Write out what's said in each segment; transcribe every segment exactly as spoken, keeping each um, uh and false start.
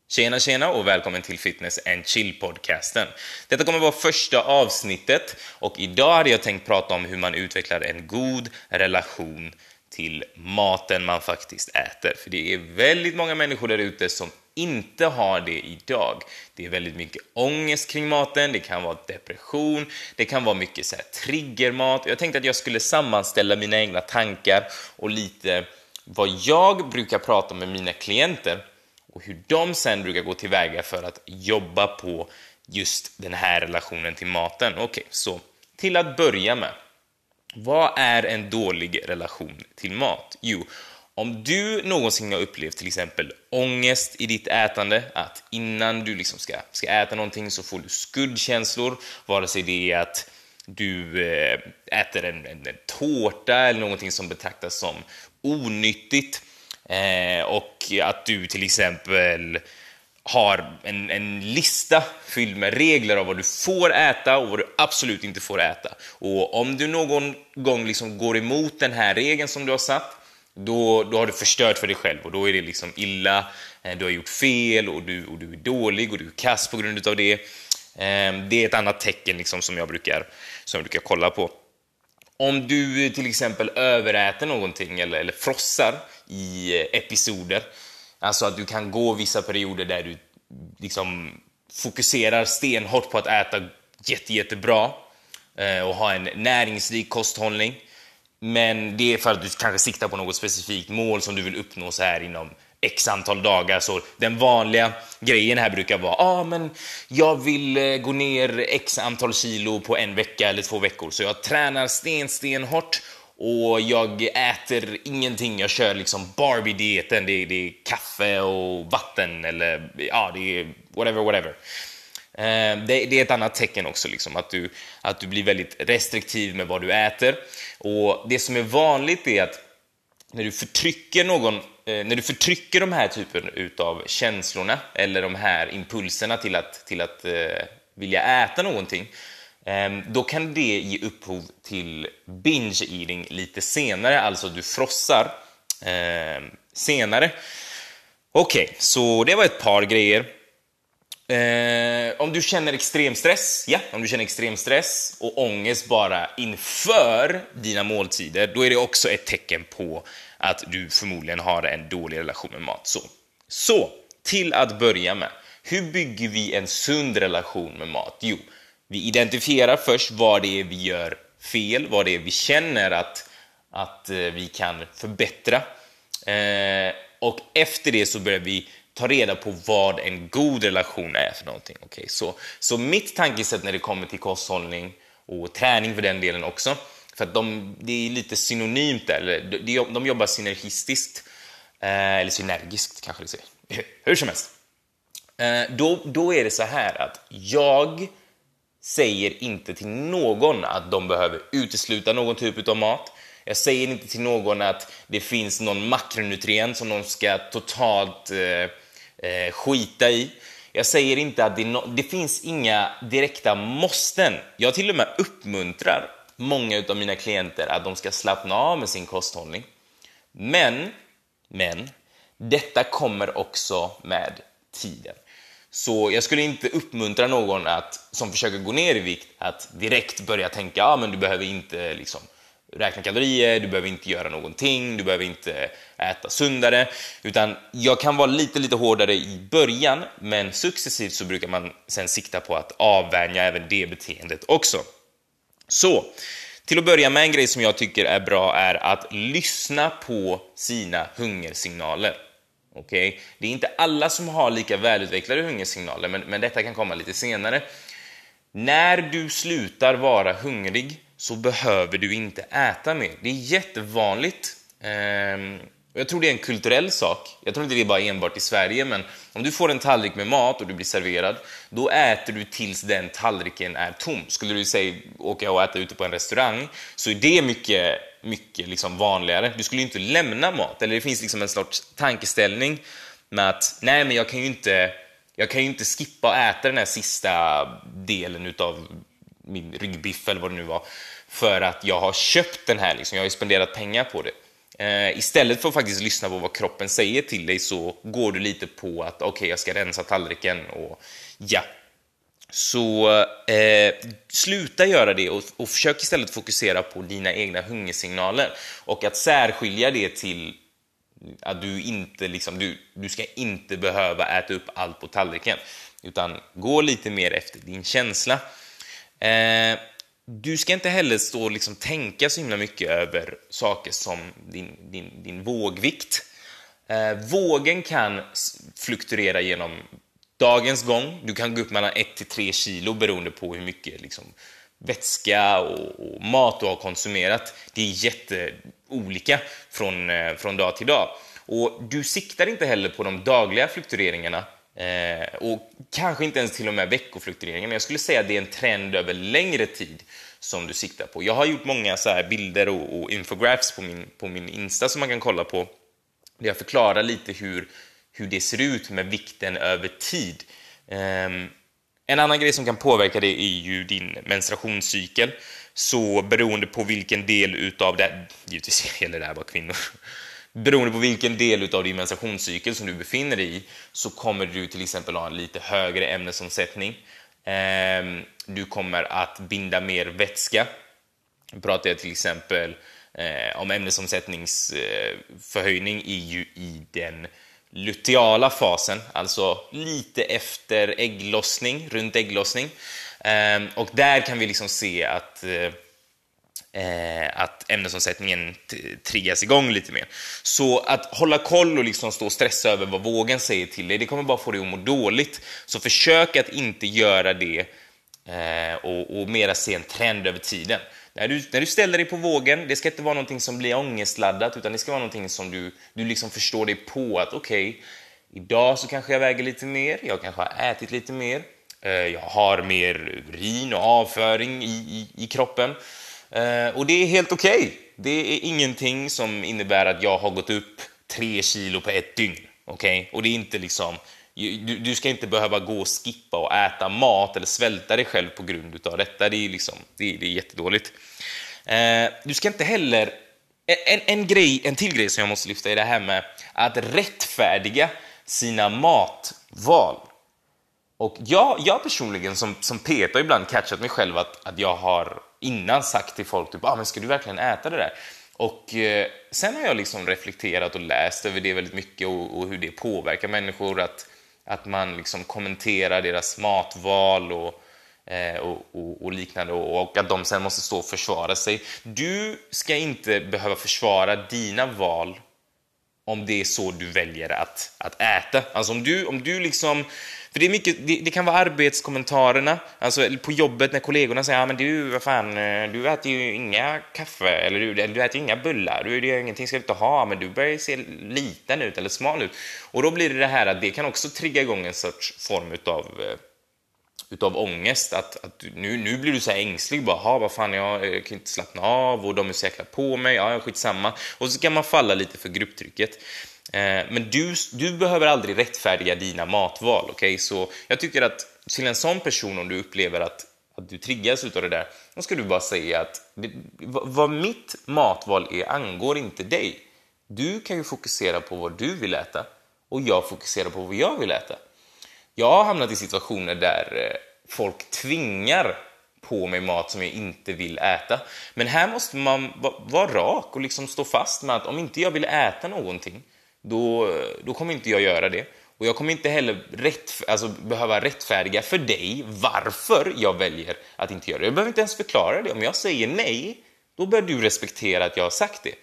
Tjena tjena och välkommen till Fitness and Chill-podcasten. Detta kommer vara första avsnittet och idag hade jag tänkt prata om hur man utvecklar en god relation till maten man faktiskt äter. För det är väldigt många människor där ute som inte har det idag. Det är väldigt mycket ångest kring maten, det kan vara depression, det kan vara mycket så här triggermat. Jag tänkte att jag skulle sammanställa mina egna tankar och lite vad jag brukar prata med mina klienter och hur de sen brukar gå tillväga för att jobba på just den här relationen till maten. Okej, så till att börja med. Vad är en dålig relation till mat? Jo, om du någonsin har upplevt till exempel ångest i ditt ätande, att innan du liksom ska, ska äta någonting så får du skuldkänslor, vare sig det är att du äh, äter en, en, en tårta eller någonting som betraktas som onyttigt, eh, och att du till exempel har en, en lista fylld med regler av vad du får äta och vad du absolut inte får äta. Och om du någon gång liksom går emot den här regeln som du har satt, då, då har du förstört för dig själv och då är det liksom illa, du har gjort fel och du, och du är dålig och du är kass på grund av det. Det är ett annat tecken liksom som jag brukar, som jag brukar kolla på. Om du till exempel överäter någonting eller, eller frossar i episoder, alltså att du kan gå vissa perioder där du liksom fokuserar stenhårt på att äta jätte, jättebra och ha en näringsrik kosthållning, men det är för att du kanske siktar på något specifikt mål som du vill uppnå så här inom x antal dagar. Så den vanliga grejen här brukar vara ah, men jag vill gå ner x antal kilo på en vecka eller två veckor, så jag tränar sten, sten hårt och jag äter ingenting. Jag kör liksom Barbie-dieten, det är, det är kaffe och vatten eller ja, det är whatever, whatever. Det, det är ett annat tecken också, liksom, att, du, att du blir väldigt restriktiv med vad du äter. Och det som är vanligt är att när du förtrycker någon, när du förtrycker de här typen utav känslorna eller de här impulserna till att, till att uh, vilja äta någonting, um, då kan det ge upphov till binge eating lite senare, alltså du frossar uh, senare. Okej, okay, så det var ett par grejer. Uh, om du känner extrem stress, ja, om du känner extrem stress och ångest bara inför dina måltider, då är det också ett tecken på att du förmodligen har en dålig relation med mat. Så, så till att börja med, hur bygger vi en sund relation med mat? Jo, vi identifierar först vad det är vi gör fel, vad det är vi känner att, att vi kan förbättra. Uh, och efter det så börjar vi ta reda på vad en god relation är för någonting. Okay, så, så mitt tankesätt när det kommer till kosthållning och träning för den delen också, för att de, det är lite synonymt där, eller de, de jobbar synergistiskt, eh, eller synergiskt kanske det säger. Hur som helst. Eh, då, då är det så här att jag säger inte till någon att de behöver utesluta någon typ av mat. Jag säger inte till någon att det finns någon makronutrient som de ska totalt eh, eh, skita i. Jag säger inte att det, no- det finns inga direkta måsten. Jag till och med uppmuntrar många av mina klienter att de ska slappna av med sin kosthållning. Men, men detta kommer också med tiden. Så jag skulle inte uppmuntra någon att, som försöker gå ner i vikt, att direkt börja tänka ja, men du behöver inte liksom räkna kalorier, du behöver inte göra någonting, du behöver inte äta sundare, utan jag kan vara lite lite hårdare i början, men successivt så brukar man sen sikta på att avvänja även det beteendet också. Så, till att börja med, en grej som jag tycker är bra är att lyssna på sina hungersignaler. Okej, okay? Det är inte alla som har lika välutvecklade hungersignaler, men, men detta kan komma lite senare. När du slutar vara hungrig så behöver du inte äta mer. Det är jättevanligt. Jag tror det är en kulturell sak. Jag tror inte det är bara enbart i Sverige, men om du får en tallrik med mat och du blir serverad, då äter du tills den tallriken är tom. Skulle du säga åka och äta ute på en restaurang, så är det mycket, mycket liksom vanligare. Du skulle ju inte lämna mat. Eller det finns liksom en sorts tankeställning med att nej, men jag kan ju inte, jag kan ju inte skippa att äta den här sista delen utav min ryggbiff eller vad det nu var, för att jag har köpt den här, liksom. Jag har ju spenderat pengar på det. Eh, istället för att faktiskt lyssna på vad kroppen säger till dig så går du lite på att okej, okay, jag ska rensa tallriken och ja. Så eh, sluta göra det och, och försök istället fokusera på dina egna hungersignaler och att särskilja det till att du inte liksom, du, du ska inte behöva äta upp allt på tallriken, utan gå lite mer efter din känsla. Eh, du ska inte heller stå och liksom tänka så himla mycket över saker som din, din, din vågvikt. Eh, vågen kan fluktuera genom dagens gång. Du kan gå upp mellan ett till tre kilo beroende på hur mycket liksom, vätska och, och mat du har konsumerat. Det är jätteolika från, eh, från dag till dag. Och du siktar inte heller på de dagliga fluktueringarna eh, och kanske inte ens till och med veckofluktueringar. Men jag skulle säga att det är en trend över längre tid som du siktar på. Jag har gjort många så här bilder och, och infographics på min, på min Insta som man kan kolla på. Där jag förklarar lite hur, hur det ser ut med vikten över tid. Um, en annan grej som kan påverka det är ju din menstruationscykel. Så beroende på vilken del utav det, givetvis gäller det här bara kvinnor, beroende på vilken del utav din menstruationscykel som du befinner dig i så kommer du till exempel ha en lite högre ämnesomsättning. Um, du kommer att binda mer vätska. Nu pratar jag till exempel eh, om ämnesomsättningsförhöjning i, ju, i den luteala fasen, alltså lite efter ägglossning, runt ägglossning. Eh, och där kan vi liksom se att, eh, att ämnesomsättningen triggas igång lite mer. Så att hålla koll och liksom stå och stressa över vad vågen säger till dig, det kommer bara få dig att må dåligt. Så försök att inte göra det eh, och, och mera se en trend över tiden. När du, när du ställer dig på vågen, det ska inte vara någonting som blir ångestladdat, utan det ska vara någonting som du, du liksom förstår dig på att okej, okay, idag så kanske jag väger lite mer, jag kanske har ätit lite mer, eh, jag har mer urin och avföring i, i, i kroppen. Eh, och det är helt okej. Okay. Det är ingenting som innebär att jag har gått upp tre kilo på ett dygn. Okay? Och det är inte liksom... Du, du ska inte behöva gå och skippa och äta mat eller svälta dig själv på grund av detta. Det är, liksom, det är, det är jättedåligt. Eh, du ska inte heller... En, en, grej, en till grej som jag måste lyfta är det här med att rättfärdiga sina matval. Och jag, jag personligen som, som Peter har ibland catchat mig själv att, att jag har innan sagt till folk typ, ah, men ska du verkligen äta det där? Och eh, sen har jag liksom reflekterat och läst över det väldigt mycket och, och hur det påverkar människor, att, att man liksom kommenterar deras matval och, eh, och, och, och liknande och, och att de sen måste stå och försvara sig. Du ska inte behöva försvara dina val om det är så du väljer att, att äta. Alltså om du, om du liksom... För det är mycket, det, det kan vara arbetskommentarerna, alltså på jobbet när kollegorna säger, ja men du, vad fan, du äter ju inga kaffe, eller du, du äter ju inga bullar, du, det är ingenting ska du inte ha, men du börjar se liten ut eller smal ut. Och då blir det det här att det kan också trigga igång en sorts form utav, utav ångest, att, att nu, nu blir du så här ängslig, bara, ha vad fan, jag, jag kan inte slappna av och de är så jäkla på mig, ja, jag skitsamma. Och så kan man falla lite för grupptrycket. Men du, du behöver aldrig rättfärdiga dina matval, okay? Så jag tycker att till en sån person, om du upplever att, att du triggas utav det där, då ska du bara säga att det, vad mitt matval är angår inte dig. Du kan ju fokusera på vad du vill äta och jag fokuserar på vad jag vill äta. Jag har hamnat i situationer där folk tvingar på mig mat som jag inte vill äta. Men här måste man vara rak och liksom stå fast med att om inte jag vill äta någonting, Då, då kommer inte jag göra det. Och jag kommer inte heller rätt, alltså, behöva rättfärdiga för dig varför jag väljer att inte göra det. Jag behöver inte ens förklara det. Om jag säger nej, då bör du respektera att jag har sagt det.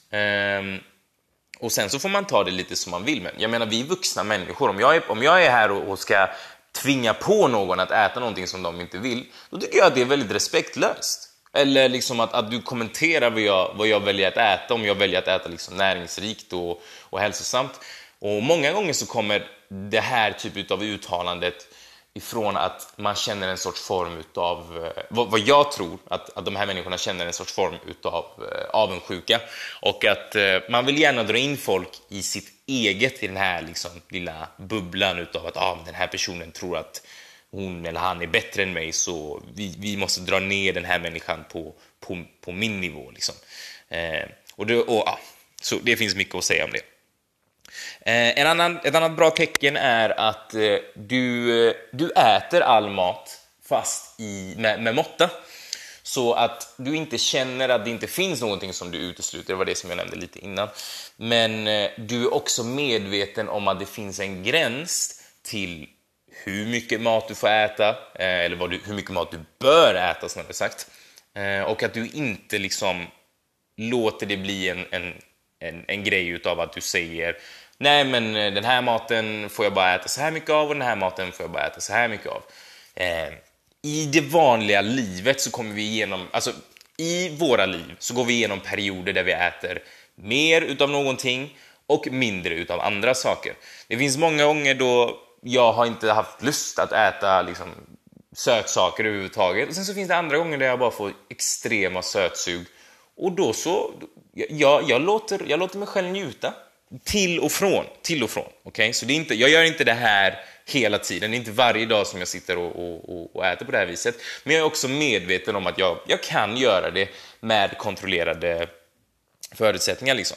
Um, och sen så får man ta det lite som man vill. Men jag menar, vi är vuxna människor. Om jag är, om jag är här och, och ska tvinga på någon att äta någonting som de inte vill, då tycker jag att det är väldigt respektlöst. Eller liksom att, att du kommenterar vad jag, vad jag väljer att äta, om jag väljer att äta liksom näringsrikt och, och hälsosamt. Och många gånger så kommer det här typet av uttalandet ifrån att man känner en sorts form utav, vad, vad jag tror att, att de här människorna känner en sorts form utav eh, avundsjuka. Och att eh, man vill gärna dra in folk i sitt eget, i den här liksom, lilla bubblan utav att ah, den här personen tror att hon eller han är bättre än mig, så vi, vi måste dra ner den här människan på, på, på min nivå liksom. eh, och, det, och ja, Så det finns mycket att säga om det. En annan, ett annat bra tecken är att du, du äter all mat fast i, med, med måtta. Så att du inte känner att det inte finns någonting som du utesluter. Det var det som jag nämnde lite innan. Men du är också medveten om att det finns en gräns till hur mycket mat du får äta. Eller vad du, hur mycket mat du bör äta, snarare sagt. Och att du inte liksom låter det bli en, en, en, en grej utav att du säger nej, men den här maten får jag bara äta så här mycket av och den här maten får jag bara äta så här mycket av. Eh, I det vanliga livet så kommer vi igenom, alltså i våra liv så går vi igenom perioder där vi äter mer utav någonting och mindre utav andra saker. Det finns många gånger då jag har inte haft lust att äta liksom sötsaker överhuvudtaget. Och sen så finns det andra gånger där jag bara får extrema sötsug. Och då så, jag, jag, låter, jag låter mig själv njuta. Till och från, till och från. Okay? Så det är inte, jag gör inte det här hela tiden. Det är inte varje dag som jag sitter och, och, och äter på det här viset. Men jag är också medveten om att jag, jag kan göra det med kontrollerade förutsättningar. Liksom.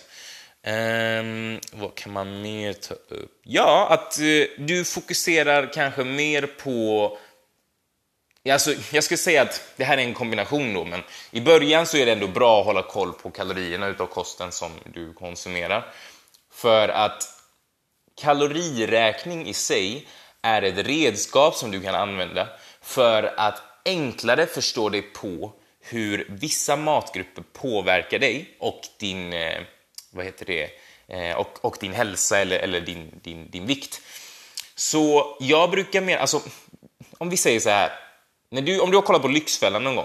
Um, vad kan man mer ta upp? Ja, att uh, du fokuserar kanske mer på... Alltså, jag skulle säga att det här är en kombination då, men i början så är det ändå bra att hålla koll på kalorierna utav kosten som du konsumerar. För att kaloriräkning i sig är ett redskap som du kan använda för att enklare förstå dig på hur vissa matgrupper påverkar dig och din, eh, vad heter det, eh, och, och din hälsa eller, eller din, din, din vikt. Så jag brukar mer, alltså om vi säger så här, när du, om du har kollat på Lyxfällan någon gång,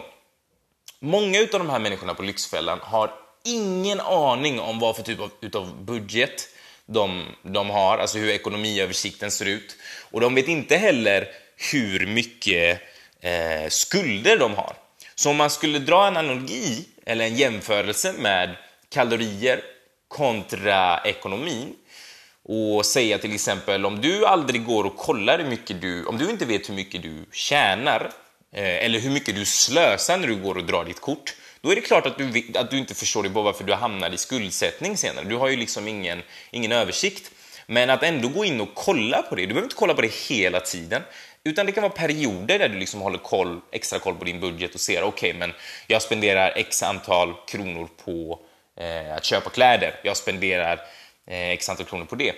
många utav de här människorna på Lyxfällan har ingen aning om vad för typ av, utav budget de, de har, alltså hur ekonomiöversikten ser ut. Och de vet inte heller hur mycket eh, skulder de har. Så om man skulle dra en analogi eller en jämförelse med kalorier kontra ekonomin och säga till exempel om du aldrig går och kollar hur mycket du, om du inte vet hur mycket du tjänar eh, eller hur mycket du slösar när du går och drar ditt kort, då är det klart att du, att du inte förstår dig på varför du hamnar i skuldsättning senare. Du har ju liksom ingen, ingen översikt. Men att ändå gå in och kolla på det, du behöver inte kolla på det hela tiden, utan det kan vara perioder där du liksom håller koll, extra koll på din budget och ser, okej, okay, men jag spenderar x antal kronor på eh, att köpa kläder, jag spenderar eh, x antal kronor på det.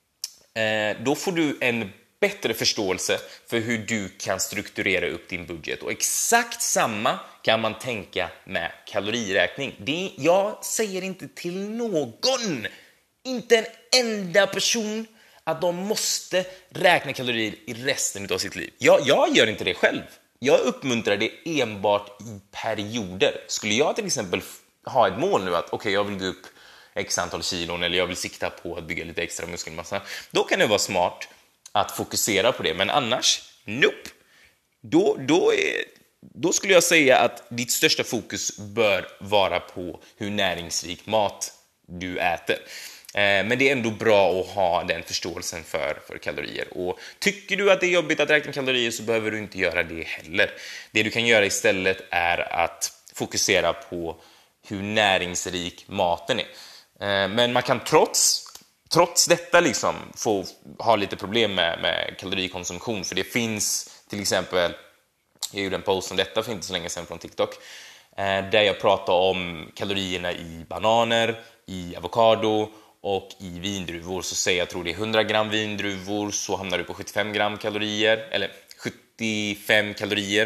Eh, då får du en bättre förståelse för hur du kan strukturera upp din budget. Och exakt samma kan man tänka med kaloriräkning. Det, jag säger inte till någon, inte en enda person, att de måste räkna kalorier i resten av sitt liv. Jag, jag gör inte det själv. Jag uppmuntrar det enbart i perioder. Skulle jag till exempel ha ett mål nu att okej, okay, jag vill gå upp x antal kilon eller jag vill sikta på att bygga lite extra muskelmassa, då kan det vara smart att fokusera på det. Men annars, nope. Då, då, är, då skulle jag säga att ditt största fokus bör vara på hur näringsrik mat du äter. Men det är ändå bra att ha den förståelsen för, för kalorier. Och tycker du att det är jobbigt att räkna kalorier så behöver du inte göra det heller. Det du kan göra istället är att fokusera på hur näringsrik maten är. Men man kan trots, trots detta liksom få ha lite problem med, med kalorikonsumtion. För det finns till exempel, jag gjorde en post om detta för inte så länge sedan från TikTok, där jag pratar om kalorierna i bananer, i avokado och i vindruvor. Så säger jag tror det är hundra gram vindruvor så hamnar du på sjuttiofem gram kalorier, eller sjuttiofem kalorier.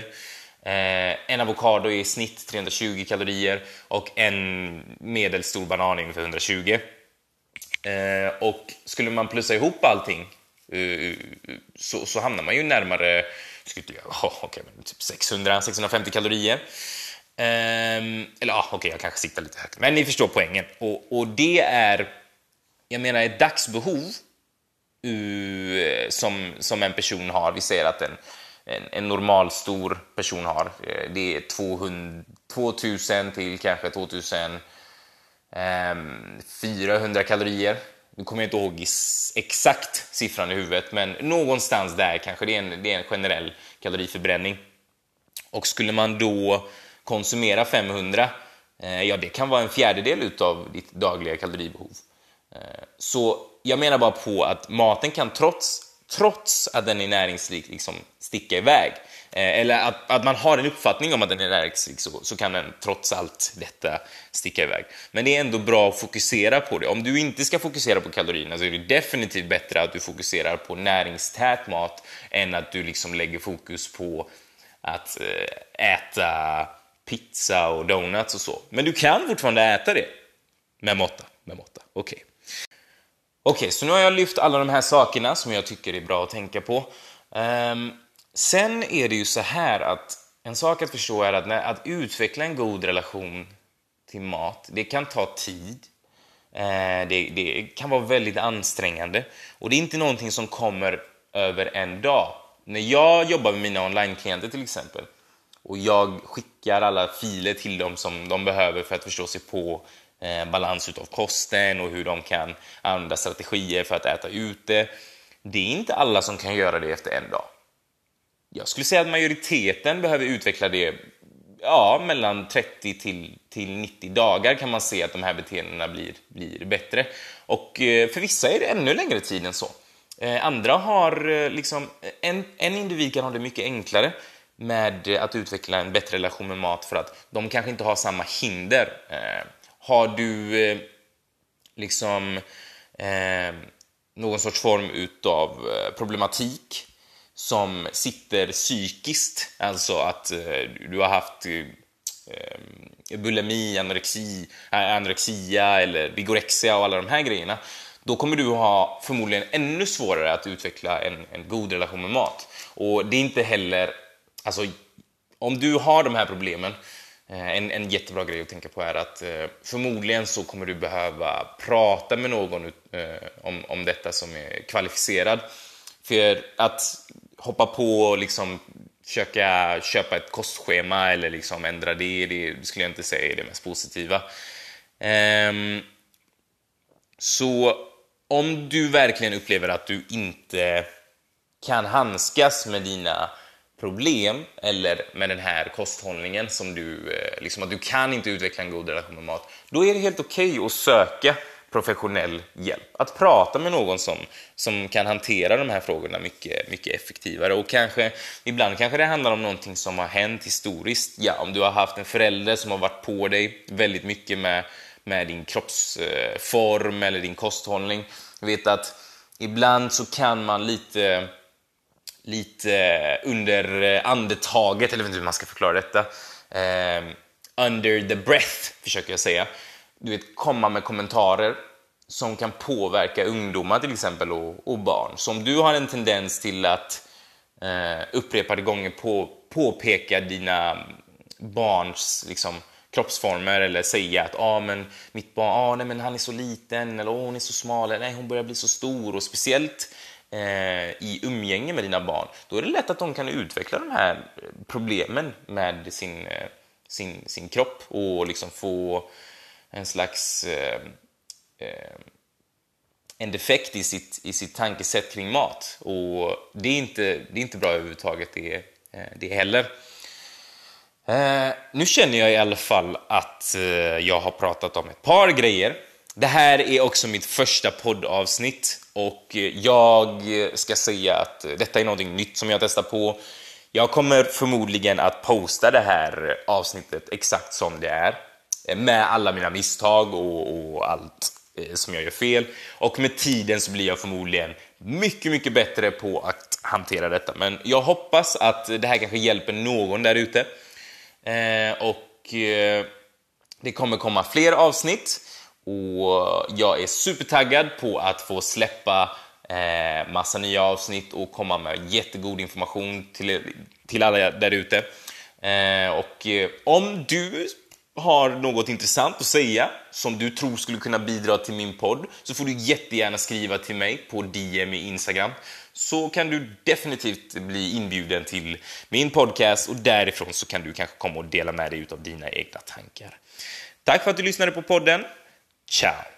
Eh, en avokado är i snitt trehundratjugo kalorier och en medelstor banan är ungefär etthundratjugo. Eh, och skulle man plussa ihop allting uh, så, så hamnar man ju närmare oh, okay, typ sexhundra till sexhundrafemtio kalorier. Eh, eller ja, ah, okej, okay, jag kanske siktar lite högt. Men ni förstår poängen. Och, och det är, jag menar, ett dagsbehov uh, som, som en person har. Vi säger att en En, en normal stor person har. Det är tvåhundra, tvåtusen till kanske tvåtusenfyrahundra kalorier. Nu kommer jag inte ihåg exakt siffran i huvudet, men någonstans där kanske det är en, det är en generell kaloriförbränning. Och skulle man då konsumera femhundra Ja, det kan vara en fjärdedel utav ditt dagliga kaloribehov. Så jag menar bara på att maten kan trots, trots att den är näringsrik liksom sticka iväg. Eller att, att man har en uppfattning om att den är näringsrik så, så kan den trots allt detta sticka iväg. Men det är ändå bra att fokusera på det. Om du inte ska fokusera på kalorierna så är det definitivt bättre att du fokuserar på näringstät mat än att du liksom lägger fokus på att äta pizza och donuts och så. Men du kan fortfarande äta det med måtta. Med måtta. Okej. Okay. Okej, okay, så nu har jag lyft alla de här sakerna som jag tycker är bra att tänka på. Um, sen är det ju så här att en sak att förstå är att, när, att utveckla en god relation till mat, det kan ta tid. Uh, det, det kan vara väldigt ansträngande. Och det är inte någonting som kommer över en dag. När jag jobbar med mina online-klienter till exempel och jag skickar alla filer till dem som de behöver för att förstå sig på eh, balans utav kosten och hur de kan använda strategier för att äta ute. Det är inte alla som kan göra det efter en dag. Jag skulle säga att majoriteten behöver utveckla det ja, mellan trettio till nittio dagar kan man se att de här beteendena blir, blir bättre. Och eh, för vissa är det ännu längre tid än så. Eh, andra har eh, liksom, en, en individ kan ha det mycket enklare med att utveckla en bättre relation med mat för att de kanske inte har samma hinder. Eh, har du eh, liksom eh, någon sorts form utav eh, problematik som sitter psykiskt, alltså att eh, du har haft eh, bulimi, anorexi, anorexia eller vigorexia och alla de här grejerna, då kommer du ha förmodligen ännu svårare att utveckla en, en god relation med mat. Och det är inte heller, alltså om du har de här problemen, en, en jättebra grej att tänka på är att förmodligen så kommer du behöva prata med någon om, om detta som är kvalificerad. För att hoppa på och liksom försöka köpa ett kostschema eller liksom ändra det, det skulle jag inte säga är det mest positiva. Um, så om du verkligen upplever att du inte kan handskas med dina problem eller med den här kosthållningen som du, liksom att du kan inte utveckla en god relation med mat, då är det helt okej att söka professionell hjälp. Att prata med någon som, som kan hantera de här frågorna mycket, mycket effektivare. Och kanske, ibland kanske det handlar om någonting som har hänt historiskt. Ja, om du har haft en förälder som har varit på dig väldigt mycket med, med din kroppsform eller din kosthållning. Jag vet att ibland så kan man lite, lite under andetaget, eller jag vet inte hur man ska förklara detta, eh, under the breath försöker jag säga, du vet, komma med kommentarer som kan påverka ungdomar till exempel och, och barn. Så om du har en tendens till att eh, upprepade gånger på, påpeka dina barns liksom, kroppsformer eller säga att ah, men mitt barn, ah, nej, men han är så liten eller oh, hon är så smal eller nej, hon börjar bli så stor, och speciellt eh, i umgänge med dina barn, då är det lätt att de kan utveckla de här problemen med sin, eh, sin, sin kropp och liksom få en slags eh, eh, en defekt i sitt, i sitt tankesätt kring mat. Och det är inte, det är inte bra överhuvudtaget det, eh, det heller. Eh, nu känner jag i alla fall att eh, jag har pratat om ett par grejer. Det här är också mitt första poddavsnitt och jag ska säga att detta är någonting nytt som jag testar på. Jag kommer förmodligen att posta det här avsnittet exakt som det är, med alla mina misstag och, och allt eh, som jag gör fel. Och med tiden så blir jag förmodligen mycket, mycket bättre på att hantera detta. Men jag hoppas att det här kanske hjälper någon där ute. Eh, och eh, det kommer komma fler avsnitt. Och jag är supertaggad på att få släppa eh, massa nya avsnitt och komma med jättegod information till, till alla där ute. Eh, och eh, om du har något intressant att säga som du tror skulle kunna bidra till min podd, så får du jättegärna skriva till mig på D M i Instagram. Så kan du definitivt bli inbjuden till min podcast och därifrån så kan du kanske komma och dela med dig av dina egna tankar. Tack för att du lyssnade på podden. Ciao!